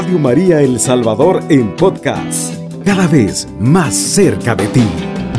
Radio María El Salvador en podcast, cada vez más cerca de ti.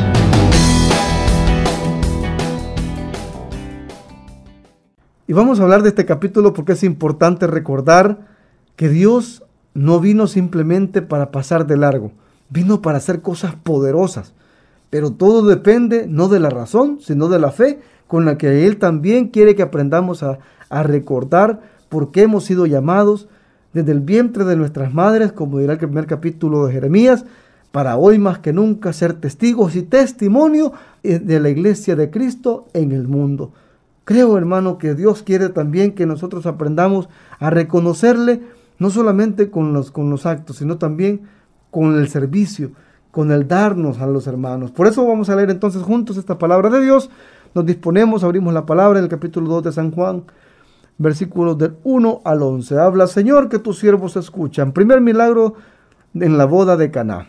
Y vamos a hablar de este capítulo porque es importante recordar que Dios no vino simplemente para pasar de largo, vino para hacer cosas poderosas. Pero todo depende no de la razón, sino de la fe con la que Él también quiere que aprendamos a recordar por qué hemos sido llamados desde el vientre de nuestras madres, como dirá el primer capítulo de Jeremías, para hoy más que nunca ser testigos y testimonio de la iglesia de Cristo en el mundo. Creo, hermano, que Dios quiere también que nosotros aprendamos a reconocerle no solamente con los actos, sino también con el servicio, con el darnos a los hermanos. Por eso vamos a leer entonces juntos esta palabra de Dios. Nos disponemos, abrimos la palabra en el capítulo 2 de San Juan, versículos del 1 al 11. Habla, Señor, que tus siervos escuchan. Primer milagro en la boda de Caná.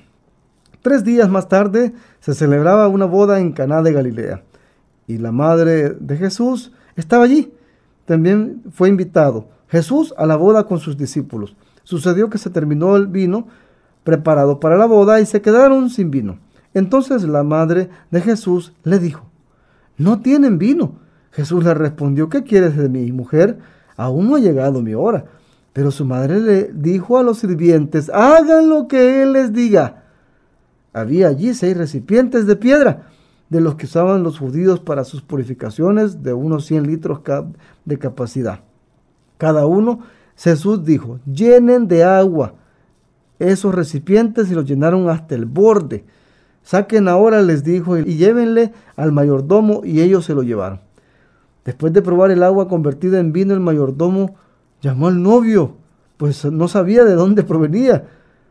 3 días más tarde se celebraba una boda en Caná de Galilea. Y la madre de Jesús estaba allí. También fue invitado Jesús a la boda con sus discípulos. Sucedió que se terminó el vino preparado para la boda y se quedaron sin vino. Entonces la madre de Jesús le dijo: «No tienen vino». Jesús le respondió: «¿Qué quieres de mí, mujer? Aún no ha llegado mi hora». Pero su madre le dijo a los sirvientes: «Hagan lo que él les diga». Había allí 6 recipientes de piedra, de los que usaban los judíos para sus purificaciones, de unos 100 litros de capacidad. Cada uno. Jesús dijo: «Llenen de agua esos recipientes», y los llenaron hasta el borde. «Saquen ahora», les dijo, «y llévenle al mayordomo», y ellos se lo llevaron. Después de probar el agua convertida en vino, el mayordomo llamó al novio, pues no sabía de dónde provenía,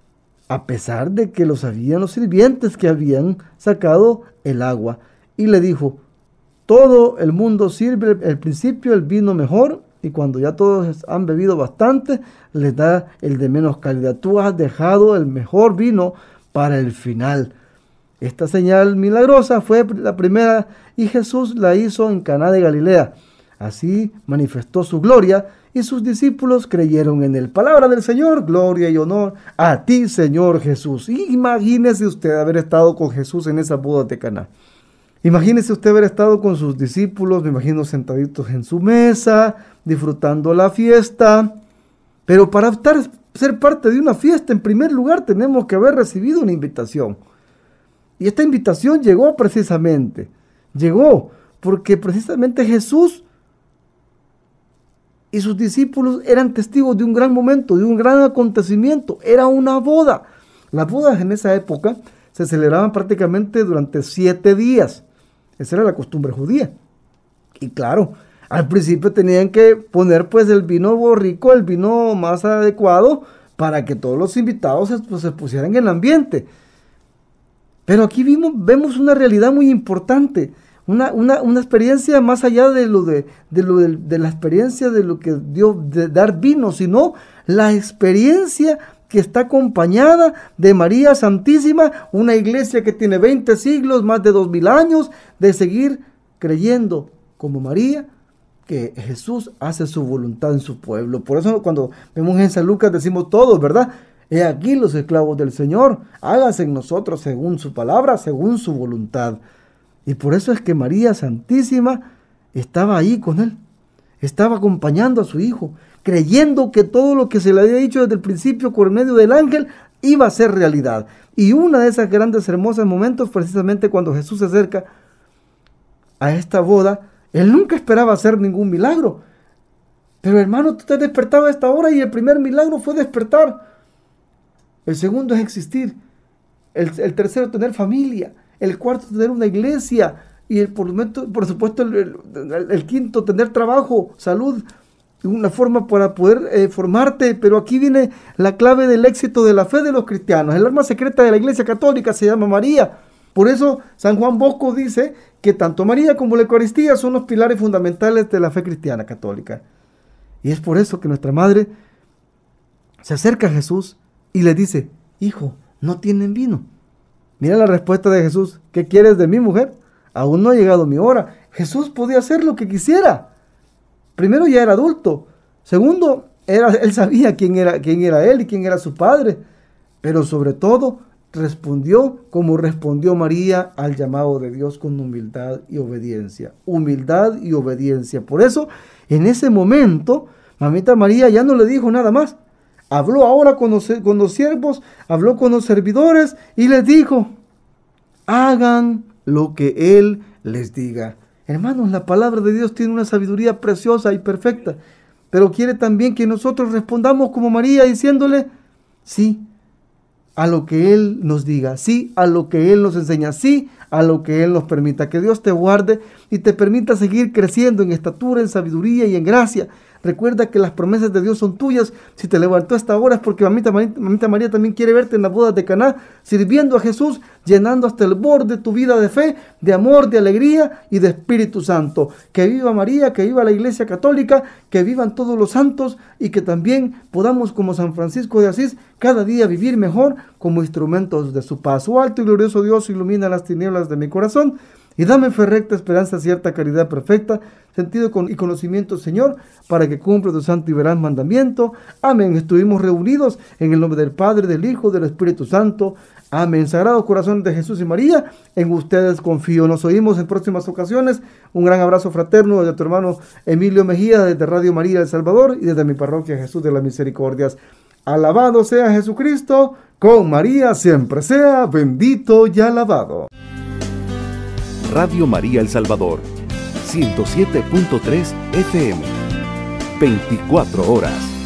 a pesar de que lo sabían los sirvientes que habían sacado el agua, y le dijo: «Todo el mundo sirve al principio el vino mejor, y cuando ya todos han bebido bastante, les da el de menos calidad. Tú has dejado el mejor vino para el final». Esta señal milagrosa fue la primera y Jesús la hizo en Caná de Galilea. Así manifestó su gloria y sus discípulos creyeron en él. Palabra del Señor, gloria y honor a ti, Señor Jesús. Imagínese usted haber estado con Jesús en esa boda de Caná. Imagínese usted haber estado con sus discípulos, me imagino sentaditos en su mesa, disfrutando la fiesta. Pero para ser parte de una fiesta, en primer lugar, tenemos que haber recibido una invitación. Y esta invitación llegó porque precisamente Jesús y sus discípulos eran testigos de un gran momento, de un gran acontecimiento. Era una boda. Las bodas en esa época se celebraban prácticamente durante 7 días. Esa era la costumbre judía. Y claro, al principio tenían que poner pues el vino rico, el vino más adecuado, para que todos los invitados se pusieran en el ambiente. Pero aquí vemos una realidad muy importante, una experiencia más allá de la experiencia de lo que dio de dar vino, sino la experiencia que está acompañada de María Santísima, una iglesia que tiene 20 siglos, más de 2000 años, de seguir creyendo como María, que Jesús hace su voluntad en su pueblo. Por eso cuando vemos en San Lucas decimos todos, ¿verdad? He aquí los esclavos del Señor, hágase en nosotros según su palabra, según su voluntad. Y por eso es que María Santísima estaba ahí con él, estaba acompañando a su hijo, creyendo que todo lo que se le había dicho desde el principio por medio del ángel iba a ser realidad. Y una de esas grandes hermosas momentos, precisamente cuando Jesús se acerca a esta boda, él nunca esperaba hacer ningún milagro. Pero hermano, tú te has despertado a esta hora y el primer milagro fue despertar. El segundo es existir. El tercero, tener familia. El cuarto, tener una iglesia. Y por supuesto, el quinto, tener trabajo, salud. Una forma para poder formarte. Pero aquí viene la clave del éxito de la fe de los cristianos. El arma secreta de la Iglesia Católica se llama María. Por eso San Juan Bosco dice que tanto María como la Eucaristía son los pilares fundamentales de la fe cristiana católica. Y es por eso que nuestra madre se acerca a Jesús y le dice: «Hijo, no tienen vino». Mira la respuesta de Jesús: «¿Qué quieres de mí, mujer? Aún no ha llegado mi hora». Jesús podía hacer lo que quisiera. Primero, ya era adulto. Segundo, Él sabía quién era él y quién era su padre, pero sobre todo respondió como respondió María al llamado de Dios, con humildad y obediencia. Humildad y obediencia. Por eso, en ese momento, mamita María ya no le dijo nada más. Habló ahora con los siervos, habló con los servidores y les dijo: hagan lo que Él les diga. Hermanos, la palabra de Dios tiene una sabiduría preciosa y perfecta, pero quiere también que nosotros respondamos como María, diciéndole sí a lo que Él nos diga, sí a lo que Él nos enseña, sí a lo que Él nos permita. Que Dios te guarde y te permita seguir creciendo en estatura, en sabiduría y en gracia. Recuerda que las promesas de Dios son tuyas. Si te levantó hasta ahora es porque mamita María también quiere verte en las bodas de Caná, sirviendo a Jesús, llenando hasta el borde tu vida de fe, de amor, de alegría y de Espíritu Santo. Que viva María, que viva la Iglesia Católica, que vivan todos los santos y que también podamos, como San Francisco de Asís, cada día vivir mejor como instrumentos de su paz. Oh alto y glorioso Dios, ilumina las tinieblas de mi corazón y dame fe recta, esperanza cierta, caridad perfecta, sentido y conocimiento, Señor, para que cumpla tu santo y veraz mandamiento. Amén. Estuvimos reunidos en el nombre del Padre, del Hijo, del Espíritu Santo. Amén. Sagrados corazones de Jesús y María, en ustedes confío. Nos oímos en próximas ocasiones. Un gran abrazo fraterno de tu hermano Emilio Mejía, desde Radio María El Salvador y desde mi parroquia Jesús de las Misericordias. Alabado sea Jesucristo, con María siempre sea bendito y alabado. Radio María El Salvador, 107.3 FM, 24 horas.